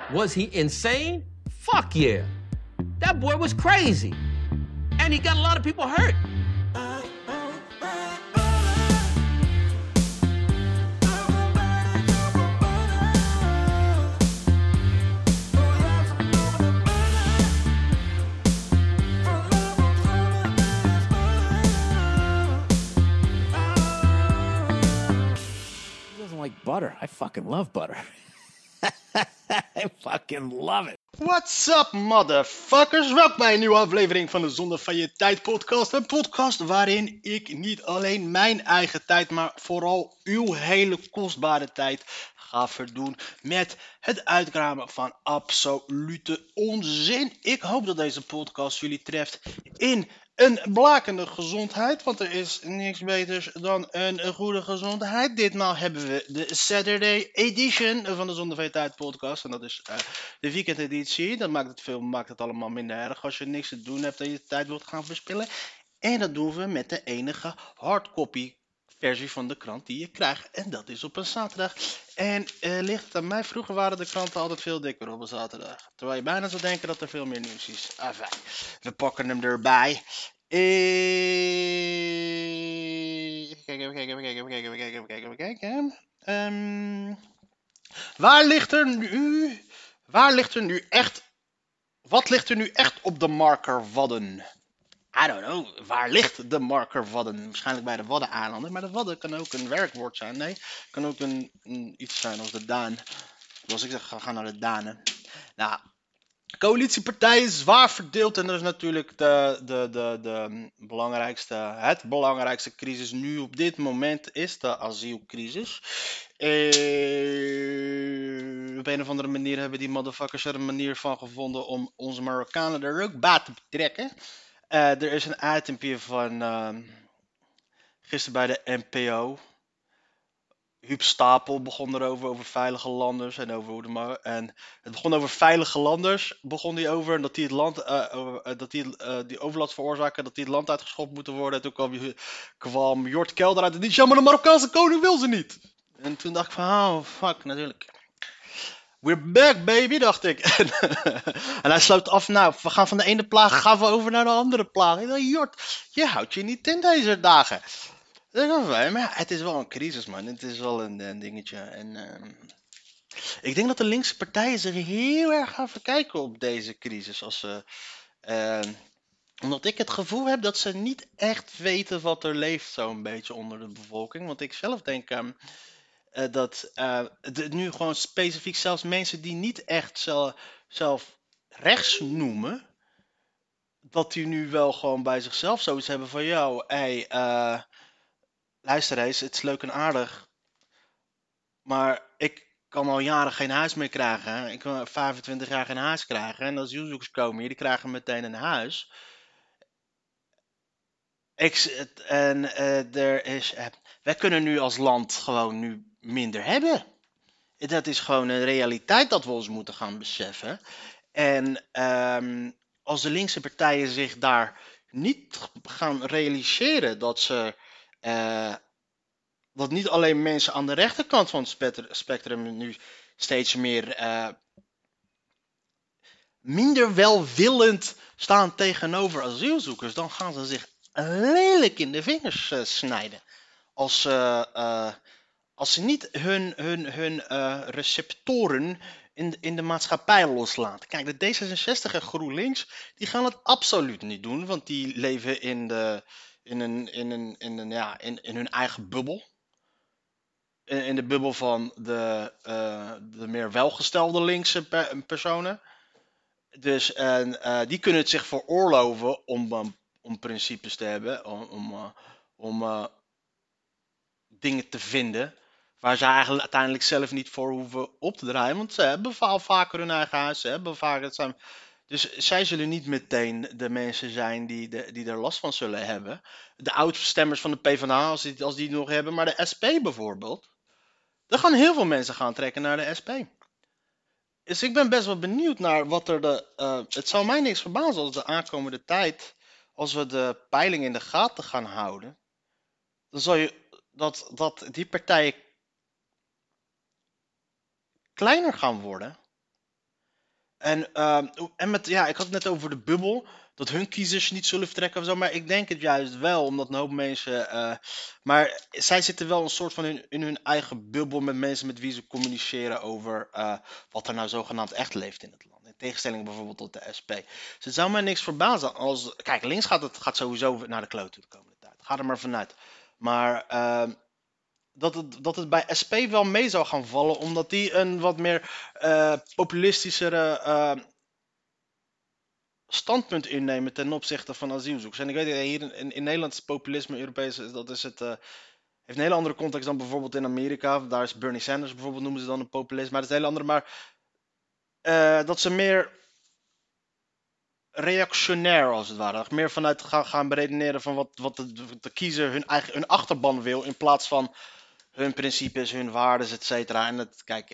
Was he insane? Fuck yeah. That boy was crazy. And he got a lot of people hurt. Like butter. I fucking love butter. I fucking love it. What's up, motherfuckers? Welkom bij een nieuwe aflevering van de Zonde van je Tijd podcast. Een podcast waarin ik niet alleen mijn eigen tijd, maar vooral uw hele kostbare tijd ga verdoen met het uitkramen van absolute onzin. Ik hoop dat deze podcast jullie treft in een blakende gezondheid, want er is niks beters dan een goede gezondheid. Ditmaal hebben we de Saturday edition van de Zonde van je Tijd podcast. En dat is de weekendeditie. Dat maakt het allemaal minder erg als je niks te doen hebt en je tijd wilt gaan verspillen. En dat doen we met de enige hardcopy versie van de krant die je krijgt. En dat is op een zaterdag. En ligt het aan mij, vroeger waren de kranten altijd veel dikker op een zaterdag. Terwijl je bijna zou denken dat er veel meer nieuws is. Enfin, we pakken hem erbij. Even kijken. Waar ligt er nu echt... Wat ligt er nu echt op de marker Wadden? I don't know, waar ligt de marker Wadden? Waarschijnlijk bij de Waddeneilanden, maar de Wadden kan ook een werkwoord zijn. Nee, kan ook iets zijn als de Daan. Zoals ik zeg, ga naar de Danen. Nou, coalitiepartijen zwaar verdeeld en dat is natuurlijk het belangrijkste crisis nu op dit moment is de asielcrisis. Op een of andere manier hebben die motherfuckers er een manier van gevonden om onze Marokkanen er ook bij te betrekken. Er is een itempje van gisteren bij de NPO. Huub Stapel begon erover, over veilige landers en over hoe en het begon over veilige landers, begon hij over, en dat die het land, die overlast veroorzaken, dat die het land uitgeschopt moeten worden. En toen kwam Jort Kelder uit en die zei, maar de Marokkaanse koning wil ze niet. En toen dacht ik van, oh fuck, natuurlijk. We're back, baby, dacht ik. En hij sloot af, nou, we gaan van de ene plaag gaan we over naar de andere plaag. Ik dacht, Jort, je houdt je niet in deze dagen. Maar ja, het is wel een crisis, man. Het is wel een dingetje. En ik denk dat de linkse partijen zich heel erg gaan verkijken op deze crisis. Omdat ik het gevoel heb dat ze niet echt weten wat er leeft zo'n beetje onder de bevolking. Want ik zelf denk dat nu gewoon specifiek zelfs mensen die niet echt zelf rechts noemen, dat die nu wel gewoon bij zichzelf zoiets hebben van, yo, luister eens, het is leuk en aardig, maar ik kan al jaren geen huis meer krijgen. Ik kan 25 jaar geen huis krijgen. En als asielzoekers komen hier, die krijgen meteen een huis. Wij kunnen nu als land gewoon nu minder hebben. Dat is gewoon een realiteit dat we ons moeten gaan beseffen. En als de linkse partijen zich daar niet gaan realiseren dat niet alleen mensen aan de rechterkant van het spectrum nu steeds minder welwillend staan tegenover asielzoekers, dan gaan ze zich lelijk in de vingers snijden. Als ze niet hun receptoren in de maatschappij loslaten. Kijk, de D66 en GroenLinks, die gaan het absoluut niet doen, want die leven in hun eigen bubbel. In de bubbel van de meer welgestelde linkse personen. Dus die kunnen het zich veroorloven om principes te hebben, om dingen te vinden waar ze eigenlijk uiteindelijk zelf niet voor hoeven op te draaien. Want ze hebben vaker hun eigen huis. Dus zij zullen niet meteen de mensen zijn die er last van zullen hebben. De oudstemmers van de PvdA, als die nog hebben. Maar de SP bijvoorbeeld. Er gaan heel veel mensen gaan trekken naar de SP. Dus ik ben best wel benieuwd naar wat het zal mij niks verbazen als de aankomende tijd, als we de peiling in de gaten gaan houden, dan zal je dat die partijen kleiner gaan worden En met, ja, ik had het net over de bubbel. Dat hun kiezers niet zullen vertrekken of zo. Maar ik denk het juist wel, omdat een hoop mensen. Maar zij zitten wel een soort van in hun eigen bubbel met mensen met wie ze communiceren over wat er nou zogenaamd echt leeft in het land. In tegenstelling bijvoorbeeld tot de SP. Dus het zou mij niks verbazen als. Kijk, links gaat sowieso naar de kloot toe de komende tijd. Ga er maar vanuit. Maar dat het bij SP wel mee zou gaan vallen, omdat die een wat meer populistischere standpunt innemen ten opzichte van asielzoekers. En ik weet, hier in Nederland is populisme, Europees, dat is het, heeft een hele andere context dan bijvoorbeeld in Amerika. Daar is Bernie Sanders bijvoorbeeld, noemen ze dan een populist, maar dat is een hele andere. Maar dat ze meer reactionair als het ware, meer vanuit gaan beredeneren van wat de kiezer hun achterban wil, in plaats van hun principes, hun waarden, et cetera. En het, kijk,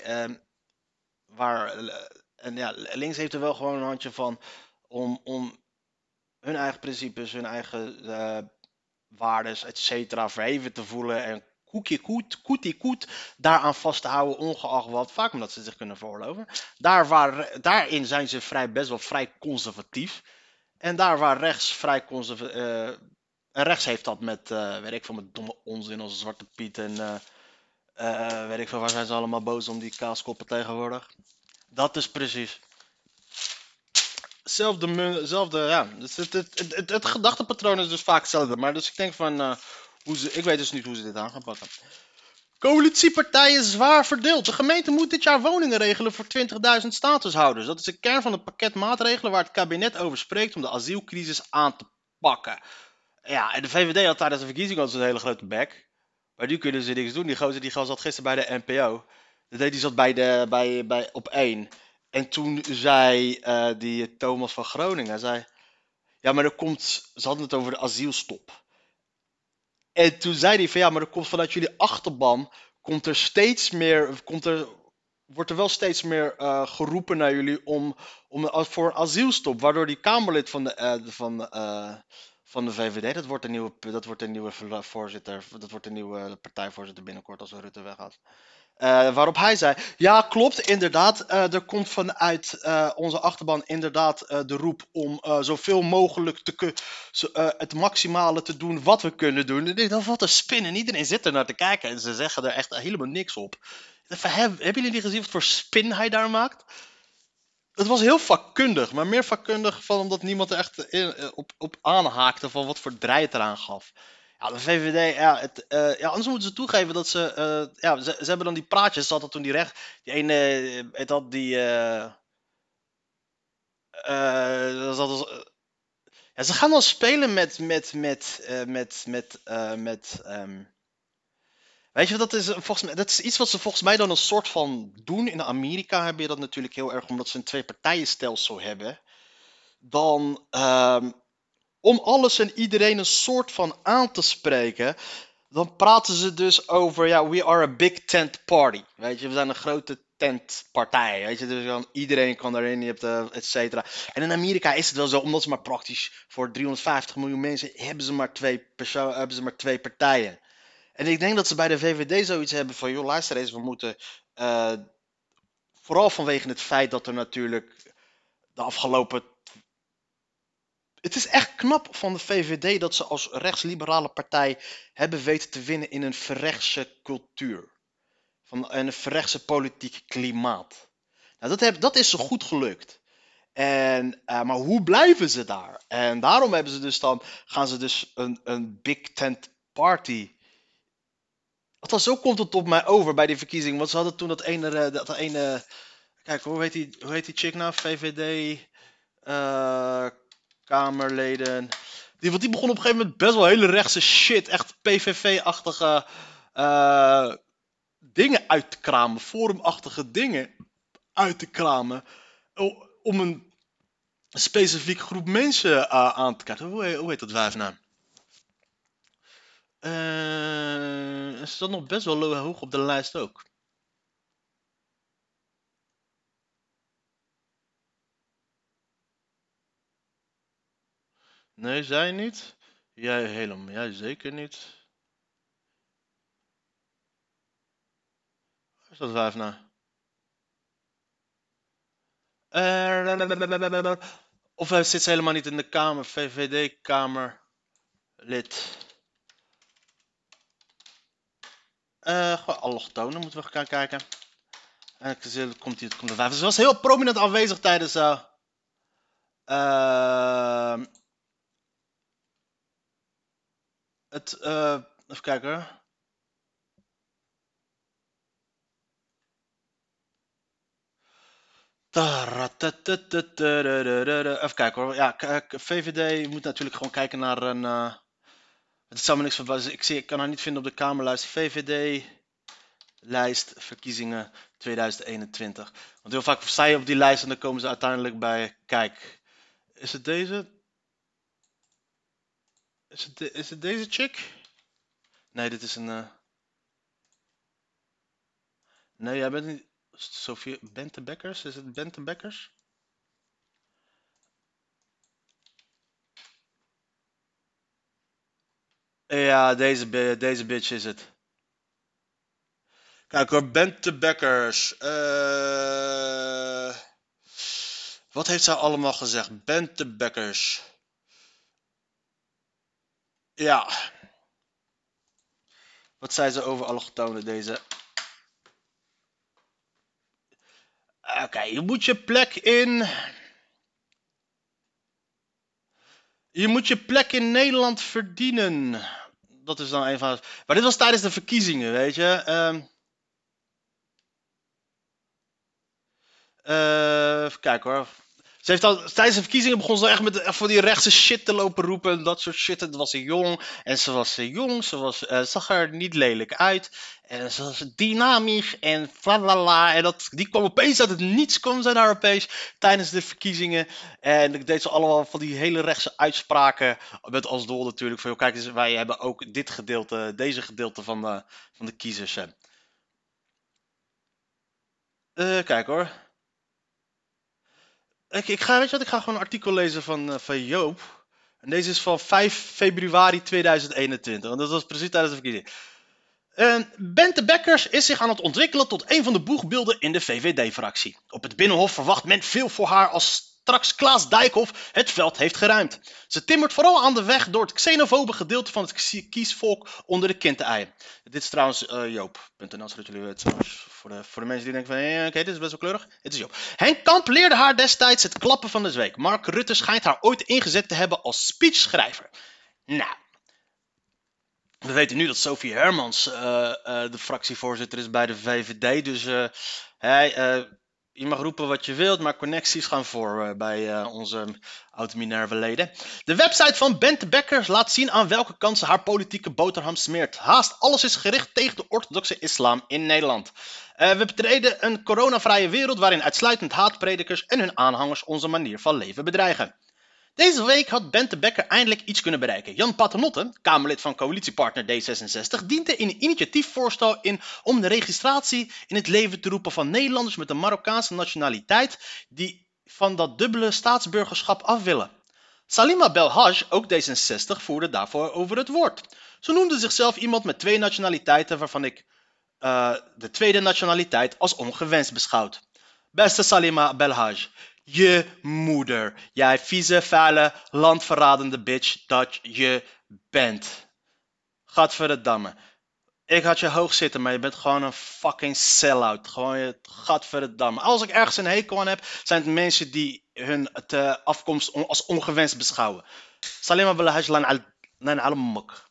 en ja, links heeft er wel gewoon een handje van om hun eigen principes, hun eigen waardes, et cetera, verheven te voelen en koetie koet daaraan vast te houden, ongeacht wat. Vaak omdat ze zich kunnen veroorloven. Daarin zijn ze best wel vrij conservatief. En daar waar rechts vrij conservatief. En rechts heeft dat met, weet ik veel, met domme onzin als Zwarte Piet en weet ik veel, waar zijn ze allemaal boos om die kaaskoppen tegenwoordig. Dat is precies. Zelfde, ja. Dus het gedachtepatroon is dus vaak hetzelfde. Maar dus ik denk van, ik weet dus niet hoe ze dit aan gaan pakken. Coalitiepartijen zwaar verdeeld. De gemeente moet dit jaar woningen regelen voor 20.000 statushouders. Dat is de kern van het pakket maatregelen waar het kabinet over spreekt om de asielcrisis aan te pakken. Ja, en de VVD had tijdens de verkiezingen al een hele grote bek. Maar nu kunnen ze niks doen. Die gozer zat gisteren bij de NPO. Die zat op 1. En toen zei die Thomas van Groningen, zei, ja, maar ze hadden het over de asielstop. En toen zei hij van, ja, maar er komt vanuit jullie achterban, wordt er wel steeds meer geroepen naar jullie voor een asielstop. Waardoor die Kamerlid van de VVD, dat wordt de nieuwe voorzitter, dat wordt de nieuwe partijvoorzitter binnenkort als Rutte weggaat. Waarop hij zei, ja klopt inderdaad, er komt vanuit onze achterban inderdaad de roep om zoveel mogelijk het maximale te doen wat we kunnen doen. En ik dacht, wat een spin, en iedereen zit er naar te kijken en ze zeggen er echt helemaal niks op. Hebben jullie niet gezien wat voor spin hij daar maakt? Het was heel vakkundig, maar meer vakkundig van omdat niemand er echt op aanhaakte van wat voor draai het eraan gaf. Ja, de VVD, anders moeten ze toegeven dat ze hebben dan die praatjes, zat dat toen die die ene, weet dat, ja, ze gaan dan spelen weet je, dat is iets wat ze volgens mij dan een soort van doen. In Amerika heb je dat natuurlijk heel erg, omdat ze een twee-partijenstelsel hebben. Dan, om alles en iedereen een soort van aan te spreken, dan praten ze dus over, ja, we are a big tent party. Weet je, we zijn een grote tentpartij. Weet je, dus dan, iedereen kan daarin, je hebt et cetera. En in Amerika is het wel zo, omdat ze maar praktisch voor 350 miljoen mensen hebben ze maar twee partijen. En ik denk dat ze bij de VVD zoiets hebben van, joh, luister eens, we moeten, vooral vanwege het feit dat er natuurlijk de afgelopen. Het is echt knap van de VVD dat ze als rechtsliberale partij hebben weten te winnen in een verrechtse cultuur. Van een verrechtse politiek klimaat. Nou, dat is ze goed gelukt. Maar hoe blijven ze daar? En daarom gaan ze dus een big tent party. Althans, zo komt het op mij over bij die verkiezing. Want ze hadden toen dat ene. Kijk, hoe heet die chick nou? VVD. Kamerleden. Want die begon op een gegeven moment best wel hele rechtse shit. Echt PVV-achtige dingen uit te kramen. Forumachtige dingen uit te kramen. Om een specifiek groep mensen aan te kijken. Hoe heet dat wijf nou? Ze staat nog best wel hoog op de lijst ook. Nee, zij niet. Jij zeker niet. Waar is dat wijf nou? Of zit ze helemaal niet in de Kamer, VVD-Kamerlid. Gewoon allochtonen moeten we gaan kijken. En komt er 5. Ze was heel prominent aanwezig tijdens... even kijken hoor. Even kijken hoor. Ja, VVD moet natuurlijk gewoon kijken naar een... het zou me niks verbazen. Ik kan haar niet vinden op de Kamerlijst. VVD-lijst verkiezingen 2021. Want heel vaak sta je op die lijst en dan komen ze uiteindelijk bij... Kijk, is het deze? Is het deze chick? Nee, dit is een... Nee, jij bent niet... Sofie Bente Bekkers? Is het Bente Bekkers? Ja, deze bitch is het. Kijk hoor, Bente Bekkers. Wat heeft zij allemaal gezegd? Bente Bekkers. Ja. Wat zei ze over allochtonen deze? Oké, je moet je plek in... Je moet je plek in Nederland verdienen. Dat is dan een van... Maar dit was tijdens de verkiezingen, weet je. Even kijken hoor. Ze heeft al, tijdens de verkiezingen begon ze echt met voor die rechtse shit te lopen roepen en dat soort shit. Het was ze jong en ze was jong, zag er niet lelijk uit. En ze was dynamisch en flalala. En die kwam opeens uit het niets, kwam ze daar opeens tijdens de verkiezingen. En ik deed ze allemaal van die hele rechtse uitspraken met als doel natuurlijk van, joh, kijk eens, wij hebben ook dit gedeelte, deze gedeelte van de kiezers. Kijk hoor. Ik ga gewoon een artikel lezen van Joop. En deze is van 5 februari 2021. En dat was precies tijdens de verkiezing. Bente Bekkers is zich aan het ontwikkelen tot een van de boegbeelden in de VVD-fractie. Op het Binnenhof verwacht men veel voor haar als straks Klaas Dijkhoff het veld heeft geruimd. Ze timmert vooral aan de weg door het xenofobe gedeelte van het kiesvolk onder de kin te aaien. Dit is trouwens Joop.nl, zodat jullie weten. Voor de mensen die denken van, oké, dit is best wel kleurig. Het is Joop. Henk Kamp leerde haar destijds het klappen van de zweep. Mark Rutte schijnt haar ooit ingezet te hebben als speechschrijver. Nou, we weten nu dat Sophie Hermans de fractievoorzitter is bij de VVD. Dus je mag roepen wat je wilt, maar connecties gaan voor bij onze oud-Minerva-leden. De website van Bente Bekkers laat zien aan welke kant ze haar politieke boterham smeert. Haast alles is gericht tegen de orthodoxe islam in Nederland. We betreden een coronavrije wereld waarin uitsluitend haatpredikers en hun aanhangers onze manier van leven bedreigen. Deze week had Bente Bekker eindelijk iets kunnen bereiken. Jan Paternotte, Kamerlid van coalitiepartner D66, diende in een initiatiefvoorstel in om de registratie in het leven te roepen van Nederlanders met een Marokkaanse nationaliteit die van dat dubbele staatsburgerschap af willen. Salima Belhaj, ook D66, voerde daarvoor over het woord. Ze noemde zichzelf iemand met 2 nationaliteiten waarvan ik de tweede nationaliteit als ongewenst beschouwd. Beste Salima Belhaj, je moeder, jij vieze, vuile, landverradende bitch dat je bent. Gadverdamme. Ik had je hoog zitten, maar je bent gewoon een fucking sell-out. Gewoon je gadverdamme. Als ik ergens een hekel aan heb, zijn het mensen die hun afkomst als ongewenst beschouwen. Salima Belhaj lan al-mok.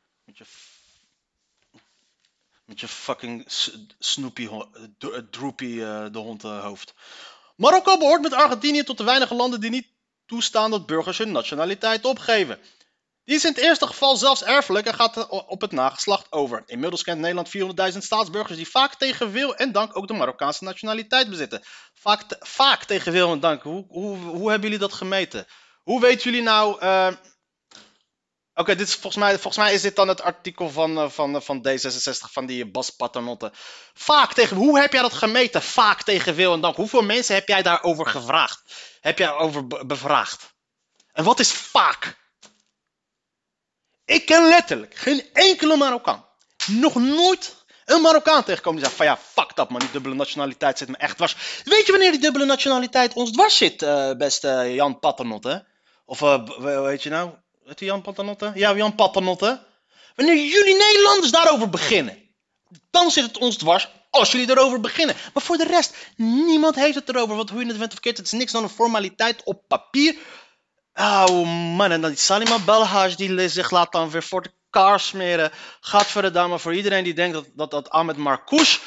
Met je fucking Snoopy, Droopy de hond hoofd. Marokko behoort met Argentinië tot de weinige landen die niet toestaan dat burgers hun nationaliteit opgeven. Die is in het eerste geval zelfs erfelijk en gaat op het nageslacht over. Inmiddels kent Nederland 400.000 staatsburgers die vaak tegen wil en dank ook de Marokkaanse nationaliteit bezitten. Vaak tegen wil en dank. Hoe hebben jullie dat gemeten? Hoe weten jullie nou... Oké, dit is volgens mij is dit dan het artikel van D66 van die Bas Paternotte. Vaak tegen... Hoe heb jij dat gemeten? Vaak tegen wil en dank. Hoeveel mensen heb jij daarover gevraagd? Heb jij over bevraagd? En wat is vaak? Ik ken letterlijk geen enkele Marokkaan. Nog nooit een Marokkaan tegenkomen die zegt van ja, fuck dat man, die dubbele nationaliteit zit me echt dwars. Weet je wanneer die dubbele nationaliteit ons dwars zit, beste Jan Paternotte? Of weet je nou, weet je Jan Paternotte? Ja, Jan Paternotte. Wanneer jullie Nederlanders daarover beginnen, dan zit het ons dwars als jullie erover beginnen. Maar voor de rest, niemand heeft het erover, want hoe je het went of verkeerd, het is niks dan een formaliteit op papier. Oh man, en dan die Salima Belhaj, die zich laat dan weer voor de kar smeren. Gadverdamme, voor iedereen die denkt dat Ahmed Marcouch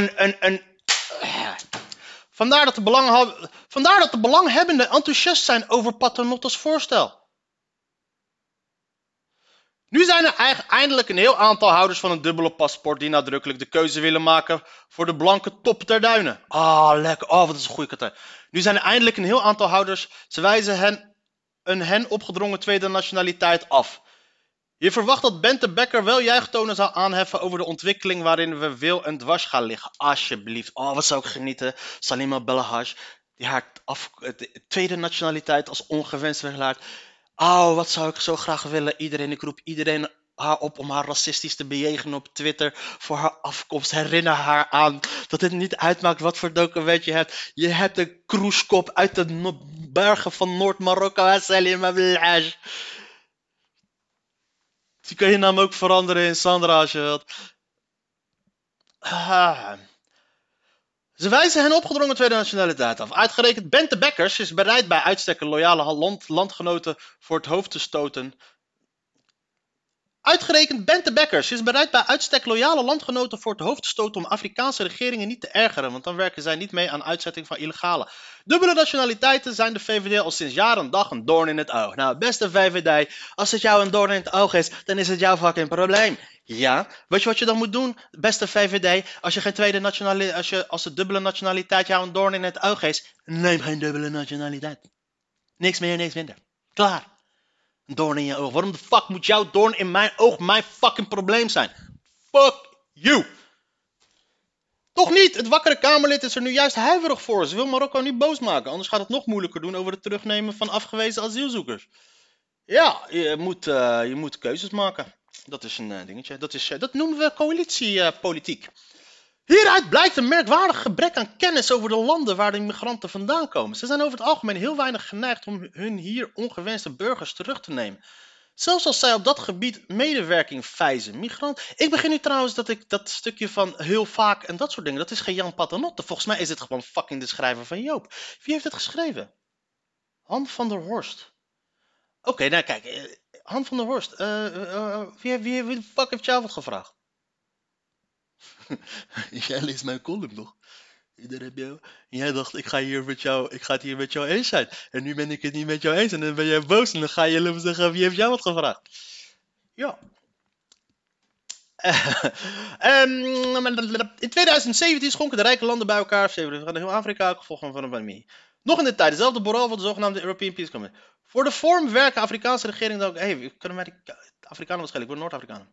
Vandaar dat de belanghebbenden enthousiast zijn over Paternotte's voorstel. Nu zijn er eindelijk een heel aantal houders van een dubbele paspoort die nadrukkelijk de keuze willen maken voor de blanke top der duinen. Ah, lekker. Oh, wat is een goede partij. Nu zijn er eindelijk een heel aantal houders. Ze wijzen hen opgedrongen tweede nationaliteit af. Je verwacht dat Bente Bekker wel juichtonen zou aanheffen over de ontwikkeling waarin we wil en dwars gaan liggen. Alsjeblieft. Oh, wat zou ik genieten. Salima Belhaj, die haar tweede nationaliteit als ongewenst verklaart. Oh, wat zou ik zo graag willen. Ik roep iedereen haar op om haar racistisch te bejegenen op Twitter voor haar afkomst. Herinner haar aan dat het niet uitmaakt wat voor document je hebt. Je hebt een kroeskop uit de bergen van Noord-Marokko. Salima Belhaj. Die kan je naam ook veranderen in Sandra als je wilt. Ze wijzen hen opgedrongen tweede nationaliteit af. Uitgerekend Bente Bekkers is bereid bij uitstek loyale landgenoten voor het hoofd te stoten. Uitgerekend Bente Bekkers is bereid bij uitstek loyale landgenoten voor het hoofd te stoten om Afrikaanse regeringen niet te ergeren, want dan werken zij niet mee aan uitzetting van illegale. Dubbele nationaliteiten zijn de VVD al sinds jaren en dag een doorn in het oog. Nou, beste VVD, als het jou een doorn in het oog is, dan is het jouw fucking probleem. Ja, weet je wat je dan moet doen, beste VVD, als je geen tweede nationaliteit, als de dubbele nationaliteit jou een doorn in het oog is, neem geen dubbele nationaliteit. Niks meer, niks minder. Klaar. Een doorn in je oog. Waarom de fuck moet jouw doorn in mijn oog mijn fucking probleem zijn? Fuck you. Toch niet. Het wakkere Kamerlid is er nu juist huiverig voor. Ze wil Marokko niet boos maken. Anders gaat het nog moeilijker doen over het terugnemen van afgewezen asielzoekers. Ja, je moet keuzes maken. Dat is een dingetje. Dat noemen we coalitiepolitiek. Hieruit blijkt een merkwaardig gebrek aan kennis over de landen waar de migranten vandaan komen. Ze zijn over het algemeen heel weinig geneigd om hun hier ongewenste burgers terug te nemen. Zelfs als zij op dat gebied medewerking vijzen. Ik begin nu trouwens dat ik dat stukje van heel vaak en dat soort dingen, dat is geen Jan Paternotte. Volgens mij is dit gewoon fucking de schrijver van Joop. Wie heeft het geschreven? Han van der Horst. Oké, nou kijk. Han van der Horst. Wie de fuck heeft jou wat gevraagd? Jij leest mijn column nog. Jij dacht, ik ga het hier met jou eens zijn. En nu ben ik het niet met jou eens. En dan ben jij boos. En dan ga je zeggen, wie heeft jou wat gevraagd? Ja. In 2017 schonken de rijke landen bij elkaar. Van heel Afrika, gevolgd van een pandemie. Nog in de tijd, dezelfde borrel van de zogenaamde European Peace Committee. Voor de vorm werken Afrikaanse regeringen dan ook. Kunnen wij die Afrikanen waarschijnlijk? Ik word Noord-Afrikanen.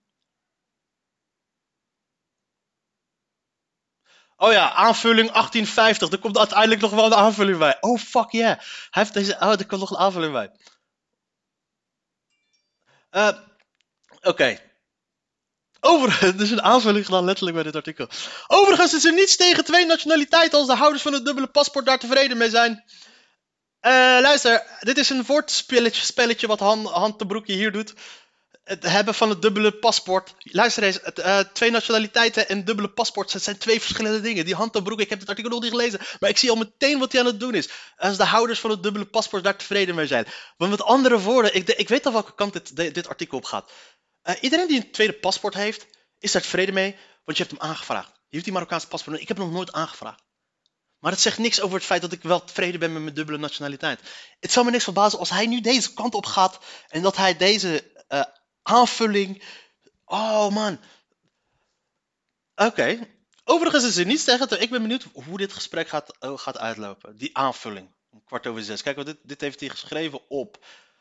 Oh ja, aanvulling 1850. Er komt uiteindelijk nog wel een aanvulling bij. Oh fuck yeah. Hij heeft deze. Oh, er komt nog een aanvulling bij. Oké. Overigens, er is een aanvulling gedaan letterlijk bij dit artikel. Overigens is er niets tegen twee nationaliteiten als de houders van het dubbele paspoort daar tevreden mee zijn. Luister, dit is een woordspelletje wat Han de Broekje hier doet. Het hebben van het dubbele paspoort. Luister eens, twee nationaliteiten en dubbele paspoort zijn twee verschillende dingen. Die Han de Broek, ik heb het artikel nog niet gelezen, maar ik zie al meteen wat hij aan het doen is. Als de houders van het dubbele paspoort daar tevreden mee zijn. Maar met andere woorden, ik weet al welke kant dit artikel op gaat. Iedereen die een tweede paspoort heeft, is daar tevreden mee, want je hebt hem aangevraagd. Je hebt die Marokkaanse paspoort, ik heb hem nog nooit aangevraagd. Maar dat zegt niks over het feit dat ik wel tevreden ben met mijn dubbele nationaliteit. Het zou me niks verbazen als hij nu deze kant op gaat en dat hij deze aanvulling. Oh man. Oké. Overigens is er niets tegen. Ik ben benieuwd hoe dit gesprek gaat uitlopen. Die aanvulling. Om 6:15. Kijk, wat dit heeft hij geschreven op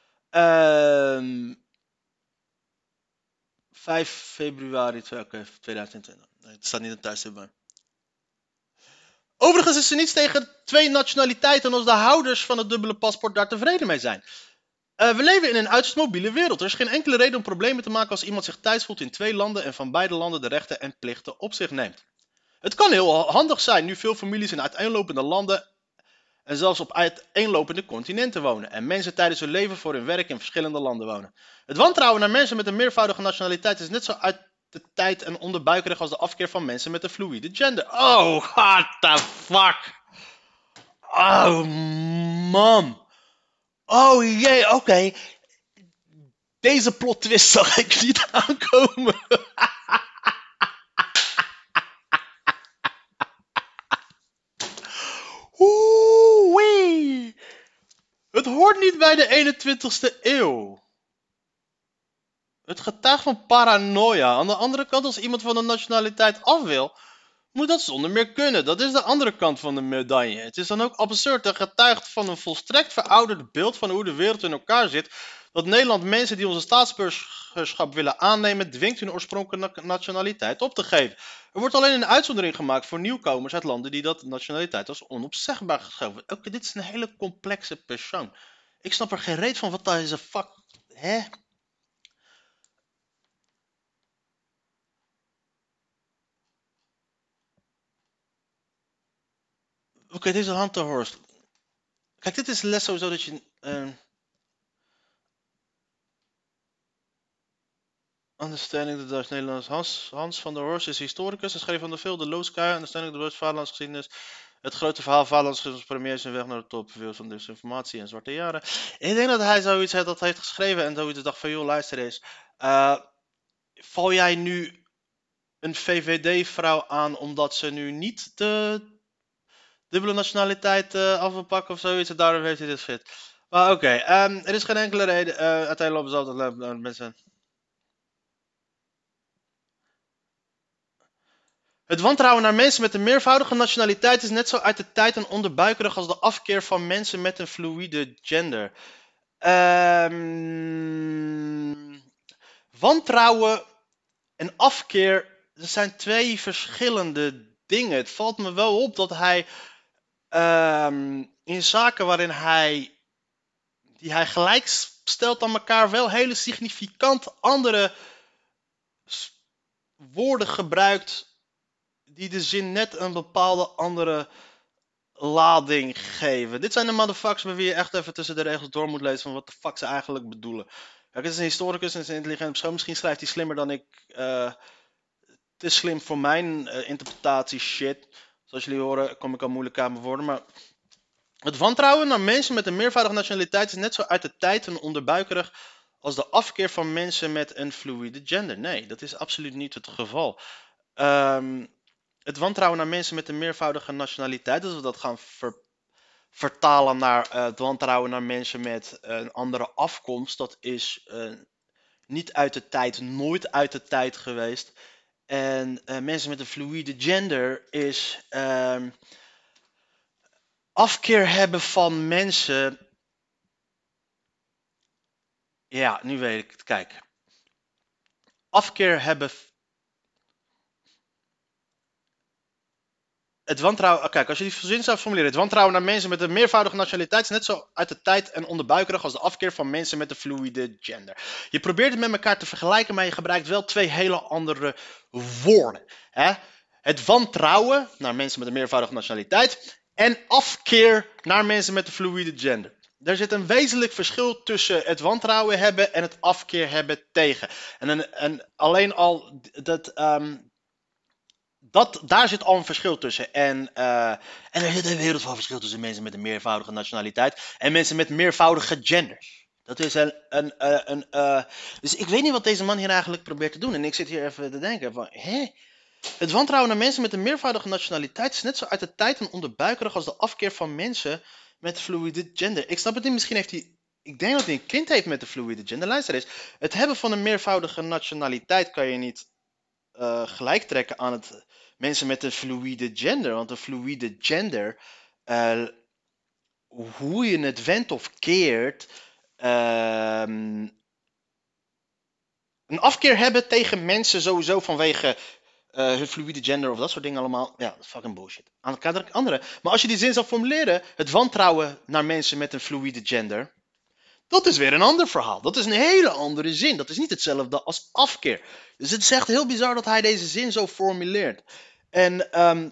5 februari 2020. Het staat niet een tijdstip bij. Overigens is er niets tegen twee nationaliteiten als de houders van het dubbele paspoort daar tevreden mee zijn. We leven in een uiterst mobiele wereld. Er is geen enkele reden om problemen te maken als iemand zich thuis voelt in 2 landen en van beide landen de rechten en plichten op zich neemt. Het kan heel handig zijn nu veel families in uiteenlopende landen en zelfs op uiteenlopende continenten wonen en mensen tijdens hun leven voor hun werk in verschillende landen wonen. Het wantrouwen naar mensen met een meervoudige nationaliteit is net zo uit de tijd en onderbuikerig als de afkeer van mensen met een fluïde gender. Oh, what the fuck? Oh, man. Oh jee, oké. Deze plot twist zag ik niet aankomen. Oei. Het hoort niet bij de 21ste eeuw. Het getuigt van paranoia. Aan de andere kant, als iemand van een nationaliteit af wil, moet dat zonder meer kunnen. Dat is de andere kant van de medaille. Het is dan ook absurd en getuigt van een volstrekt verouderd beeld van hoe de wereld in elkaar zit, dat Nederland mensen die onze staatsburgerschap willen aannemen, dwingt hun oorspronkelijke nationaliteit op te geven. Er wordt alleen een uitzondering gemaakt voor nieuwkomers uit landen die dat nationaliteit als onopzegbaar geschreven. Oké, dit is een hele complexe persoon. Ik snap er geen reet van wat deze fuck... Hè? Oké, dit is een Hunter Horst. Kijk, dit is les sowieso dat je... Understanding the Dutch Nederlands. Hans van der Horst is historicus. Hij schreef van de veel de Looska. Understanding the Dutch vaderlandsgeschiedenis. Het grote verhaal vaderlandsgeschiedenis. Premier zijn weg naar de top. Veel van desinformatie en zwarte jaren. Ik denk dat hij zoiets heeft geschreven. En zoiets dacht van, joh, luister eens. Val jij nu een VVD-vrouw aan omdat ze nu niet de dubbele nationaliteit af wil pakken of zoiets? En daarom heeft hij dit shit. Maar oké, er is geen enkele reden. Uiteindelijk lopen ze altijd mensen... Het wantrouwen naar mensen met een meervoudige nationaliteit is net zo uit de tijd en onderbuikerig als de afkeer van mensen met een fluïde gender. Wantrouwen en afkeer, dat zijn 2 verschillende dingen. Het valt me wel op dat hij in zaken waarin die hij gelijk stelt aan elkaar wel hele significant andere woorden gebruikt die de zin net een bepaalde andere lading geven. Dit zijn de motherfuckers bij wie je echt even tussen de regels door moet lezen van wat de fuck ze eigenlijk bedoelen. Kijk, het is een historicus en het is een intelligent persoon. Misschien schrijft hij slimmer dan ik. Het is slim voor mijn interpretatie shit. Zoals jullie horen kom ik al moeilijk aan mijn woorden. Maar het wantrouwen naar mensen met een meervoudige nationaliteit is net zo uit de tijd en onderbuikerig als de afkeer van mensen met een fluïde gender. Nee, dat is absoluut niet het geval. Het wantrouwen naar mensen met een meervoudige nationaliteit, als we dat gaan vertalen naar het wantrouwen naar mensen met een andere afkomst, dat is niet uit de tijd, nooit uit de tijd geweest. En mensen met een fluïde gender is afkeer hebben van mensen. Ja, nu weet ik het. Kijk. Afkeer hebben. Het wantrouwen, kijk, als je die zin zou formuleren. Het wantrouwen naar mensen met een meervoudige nationaliteit is net zo uit de tijd en onderbuikerig als de afkeer van mensen met een fluïde gender. Je probeert het met elkaar te vergelijken, maar je gebruikt wel 2 hele andere woorden. Hè? Het wantrouwen naar mensen met een meervoudige nationaliteit en afkeer naar mensen met een fluïde gender. Er zit een wezenlijk verschil tussen het wantrouwen hebben en het afkeer hebben tegen. En alleen al daar zit al een verschil tussen. En er zit een wereld van verschil tussen mensen met een meervoudige nationaliteit en mensen met meervoudige genders. Dat is dus ik weet niet wat deze man hier eigenlijk probeert te doen. En ik zit hier even te denken van, Het wantrouwen naar mensen met een meervoudige nationaliteit is net zo uit de tijd en onderbuikerig als de afkeer van mensen met fluïde gender. Ik snap het niet, misschien heeft hij... Ik denk dat hij een kind heeft met de fluïde gender. Luister eens, het hebben van een meervoudige nationaliteit kan je niet gelijk trekken aan het mensen met een fluïde gender. Want een fluïde gender, hoe je het wendt of keert, een afkeer hebben tegen mensen sowieso vanwege hun fluïde gender of dat soort dingen allemaal. Ja, dat is fucking bullshit. Aan elkaar andere. Maar als je die zin zou formuleren, het wantrouwen naar mensen met een fluïde gender, Dat is weer een ander verhaal. Dat is een hele andere zin. Dat is niet hetzelfde als afkeer. Dus het is echt heel bizar dat hij deze zin zo formuleert. En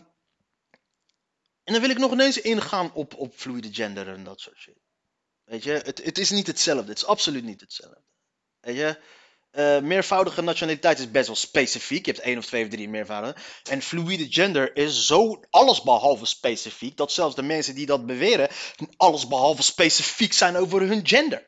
dan wil ik nog ineens ingaan op fluide gender en dat soort shit. Weet je, het is niet hetzelfde. Het is absoluut niet hetzelfde. Weet je, meervoudige nationaliteit is best wel specifiek. Je hebt 1 of 2 of 3 meervoudige. En fluide gender is zo allesbehalve specifiek, dat zelfs de mensen die dat beweren, allesbehalve specifiek zijn over hun gender.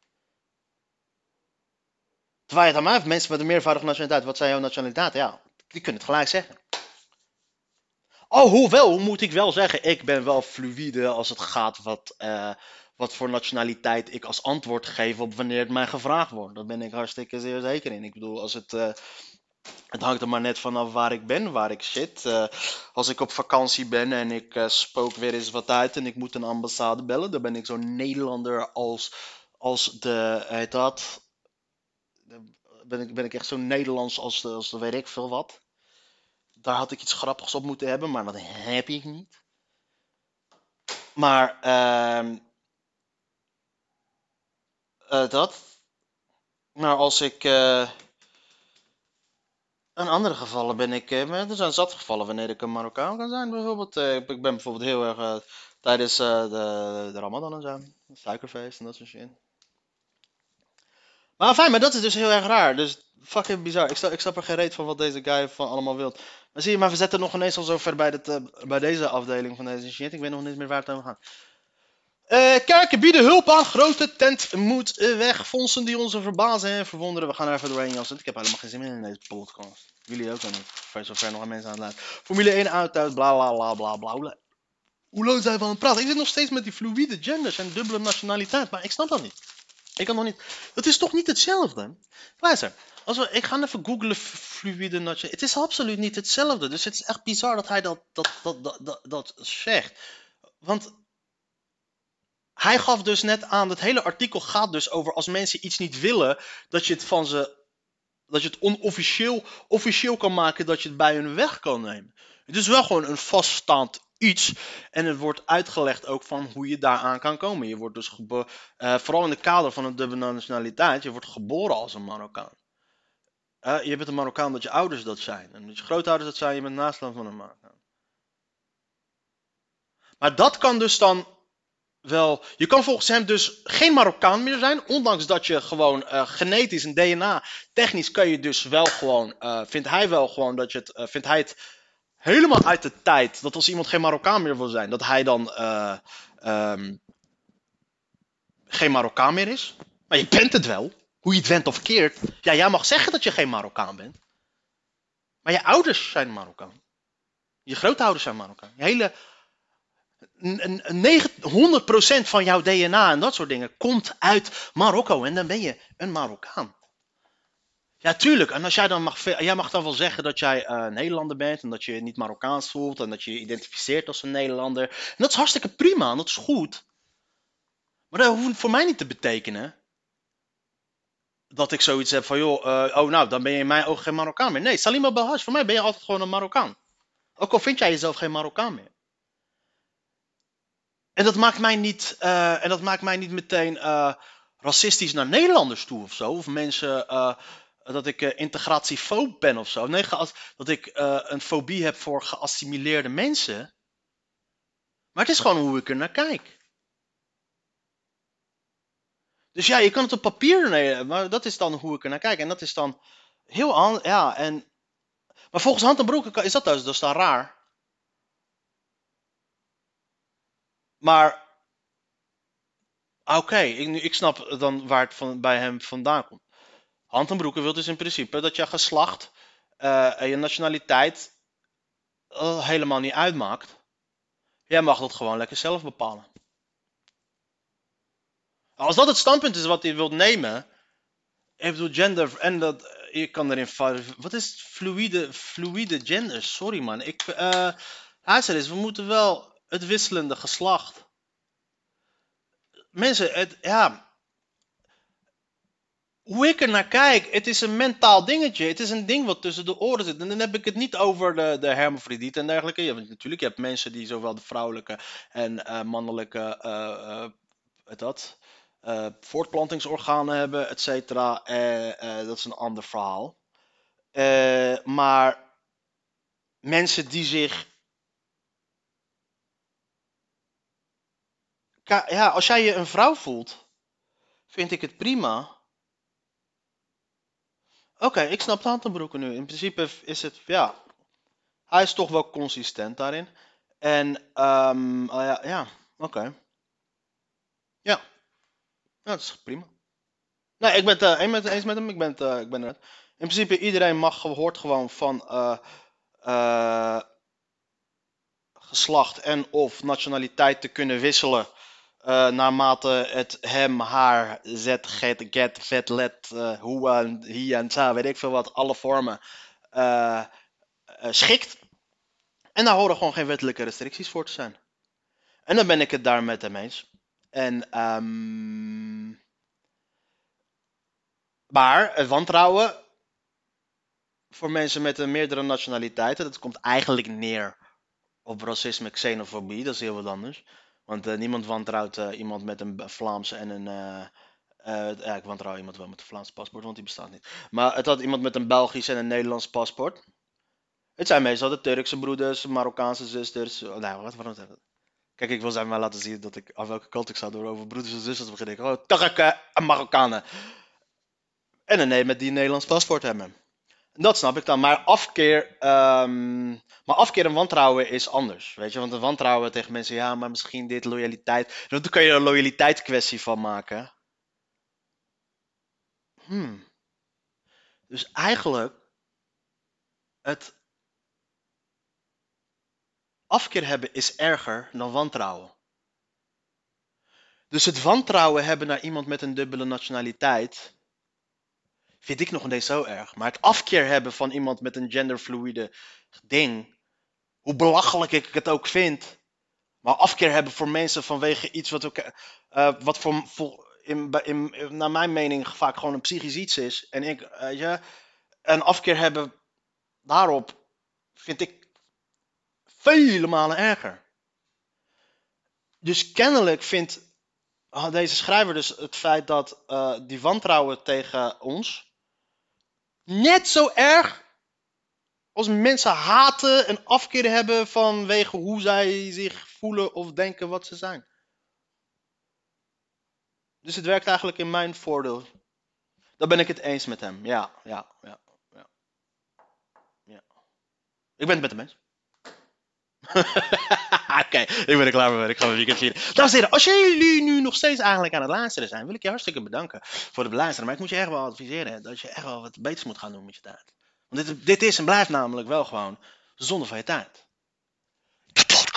Terwijl je het aan mij heeft, mensen met een meervoudige nationaliteit, wat zijn jouw nationaliteit? Ja, die kunnen het gelijk zeggen. Oh, hoewel, moet ik wel zeggen, ik ben wel fluïde als het gaat wat voor nationaliteit ik als antwoord geef op wanneer het mij gevraagd wordt. Daar ben ik hartstikke zeer zeker in. Ik bedoel, het hangt er maar net vanaf waar ik ben, waar ik zit. Als ik op vakantie ben en ik spook weer eens wat uit en ik moet een ambassade bellen, dan ben ik zo'n Nederlander als de, heet dat, ben ik echt zo Nederlands als de weet ik veel wat. Daar had ik iets grappigs op moeten hebben, maar dat heb ik niet. Maar maar als ik in andere gevallen ben ik, er zijn zat gevallen wanneer ik een Marokkaan kan zijn bijvoorbeeld. Ik ben bijvoorbeeld heel erg tijdens de Ramadan en zo, suikerfeest en dat soort shit. Maar fijn, maar dat is dus heel erg raar. Dus fucking bizar. Ik snap er geen reet van wat deze guy van allemaal wil. Maar zie je, maar we zetten nog ineens al zo ver bij deze afdeling van deze shit. Ik weet nog niet meer waar het over gaat. Kerken bieden hulp aan. Grote tent moet weg. Fondsen die ons verbazen en verwonderen. We gaan er even doorheen, Jas. Ik heb helemaal geen zin meer in deze podcast. Jullie ook nog niet. Voor zover nog aan mensen aan het laten. Formule 1 auto's, bla bla bla bla bla. Hoe lang zijn we aan het praten? Ik zit nog steeds met die fluïde genders en dubbele nationaliteit. Maar ik snap dat niet. Ik kan nog niet. Dat is toch niet hetzelfde? Luister, ik ga even googlen fluïde nationaliteit. Het is absoluut niet hetzelfde. Dus het is echt bizar dat hij dat zegt. Want hij gaf dus net aan, het hele artikel gaat dus over als mensen iets niet willen, dat je het officieel kan maken, dat je het bij hun weg kan nemen. Het is wel gewoon een vaststaand iets. En het wordt uitgelegd ook van hoe je daaraan kan komen. Je wordt dus vooral in het kader van een dubbele nationaliteit, je wordt geboren als een Marokkaan. Je bent een Marokkaan dat je ouders dat zijn. En dat je grootouders dat zijn, je bent naslaaf van een Marokkaan. Maar dat kan dus dan wel. Je kan volgens hem dus geen Marokkaan meer zijn. Ondanks dat je gewoon genetisch en DNA technisch kan je dus wel gewoon. Vindt hij wel gewoon dat je het. Vindt hij het helemaal uit de tijd. Dat als iemand geen Marokkaan meer wil zijn. Dat hij dan geen Marokkaan meer is. Maar je bent het wel. Hoe je het went of keert. Ja, jij mag zeggen dat je geen Marokkaan bent. Maar je ouders zijn Marokkaan. Je grootouders zijn Marokkaan. Je hele 100% van jouw DNA en dat soort dingen komt uit Marokko. En dan ben je een Marokkaan. Ja, tuurlijk. En als jij mag dan wel zeggen dat jij Nederlander bent. En dat je je niet Marokkaans voelt. En dat je je identificeert als een Nederlander. En dat is hartstikke prima. En dat is goed. Maar dat hoeft voor mij niet te betekenen dat ik zoiets heb van, joh, nou, dan ben je in mijn ogen geen Marokkaan meer. Nee, Salim Abdelhaj, voor mij ben je altijd gewoon een Marokkaan. Ook al vind jij jezelf geen Marokkaan meer. En dat maakt mij niet meteen racistisch naar Nederlanders toe of zo. Of mensen, dat ik integratiefoob ben of zo. Nee, dat ik een fobie heb voor geassimileerde mensen. Maar het is gewoon hoe ik er naar kijk. Dus ja, je kan het op papier nemen, maar dat is dan hoe ik er naar kijk. En dat is dan heel anders. Ja, maar volgens Hand en Broek is dat dus, dat is dan raar. Maar, oké, ik snap dan waar het bij hem vandaan komt. Hand en Broeken wil dus in principe dat je geslacht en je nationaliteit helemaal niet uitmaakt. Jij mag dat gewoon lekker zelf bepalen. Als dat het standpunt is wat hij wilt nemen, ik bedoel gender en dat je kan erin. Wat is fluïde gender? Sorry man, luister eens, we moeten wel het wisselende geslacht. Mensen, hoe ik er naar kijk, het is een mentaal dingetje. Het is een ding wat tussen de oren zit. En dan heb ik het niet over de hermafrodiet en dergelijke. Ja, natuurlijk, je hebt mensen die zowel de vrouwelijke en mannelijke voortplantingsorganen hebben, et cetera. Dat is een ander verhaal. Maar mensen die zich... Ja, als jij je een vrouw voelt, vind ik het prima. Oké, ik snap Tantenbroeken nu. In principe is het, ja... Hij is toch wel consistent daarin. En, ja, oké. Ja, dat is prima. Nee, ik ben het eens met hem. Ik ben het. In principe, iedereen hoort gewoon van geslacht en of nationaliteit te kunnen wisselen. Naarmate het hem, haar, zet, get, vet, let, hoe, hi en za, weet ik veel wat, alle vormen schikt. En daar horen gewoon geen wettelijke restricties voor te zijn. En dan ben ik het daar met hem eens. En, maar het wantrouwen voor mensen met een meerdere nationaliteiten, dat komt eigenlijk neer op racisme, xenofobie, dat is heel wat anders. Want niemand wantrouwt iemand met een Vlaamse en een... ja, ik wantrouw iemand wel met een Vlaams paspoort, want die bestaat niet. Maar het had iemand met een Belgisch en een Nederlands paspoort. Het zijn meestal de Turkse broeders, Marokkaanse zusters. Nou, waarom zeg ik dat? Kijk, ik wil ze maar laten zien dat ik aan welke kant ik sta door over broeders en zusters te beginnen. Oh, Turken en Marokkanen. En een met die een Nederlands paspoort hebben. Dat snap ik dan. Maar afkeer en wantrouwen is anders. Weet je, want een wantrouwen tegen mensen, ja, maar misschien dit, loyaliteit. Daar kan je een loyaliteitskwestie van maken. Dus eigenlijk, het afkeer hebben is erger dan wantrouwen. Dus het wantrouwen hebben naar iemand met een dubbele nationaliteit vind ik nog niet eens zo erg. Maar het afkeer hebben van iemand met een genderfluide ding, hoe belachelijk ik het ook vind, maar afkeer hebben voor mensen vanwege iets wat ook, naar mijn mening vaak gewoon een psychisch iets is. En een afkeer hebben daarop vind ik vele malen erger. Dus kennelijk vindt deze schrijver dus het feit dat die wantrouwen tegen ons net zo erg als mensen haten en afkeer hebben vanwege hoe zij zich voelen of denken wat ze zijn. Dus het werkt eigenlijk in mijn voordeel. Dan ben ik het eens met hem. Ja. Ik ben het met hem eens. Oké, ik ben er klaar mee. Ik ga mijn weekend vieren. Dames en heren, als jullie nu nog steeds eigenlijk aan het luisteren zijn, wil ik je hartstikke bedanken voor het beluisteren. Maar ik moet je echt wel adviseren dat je echt wel wat beters moet gaan doen met je tijd. Want dit is en blijft namelijk wel gewoon de zonde van je tijd.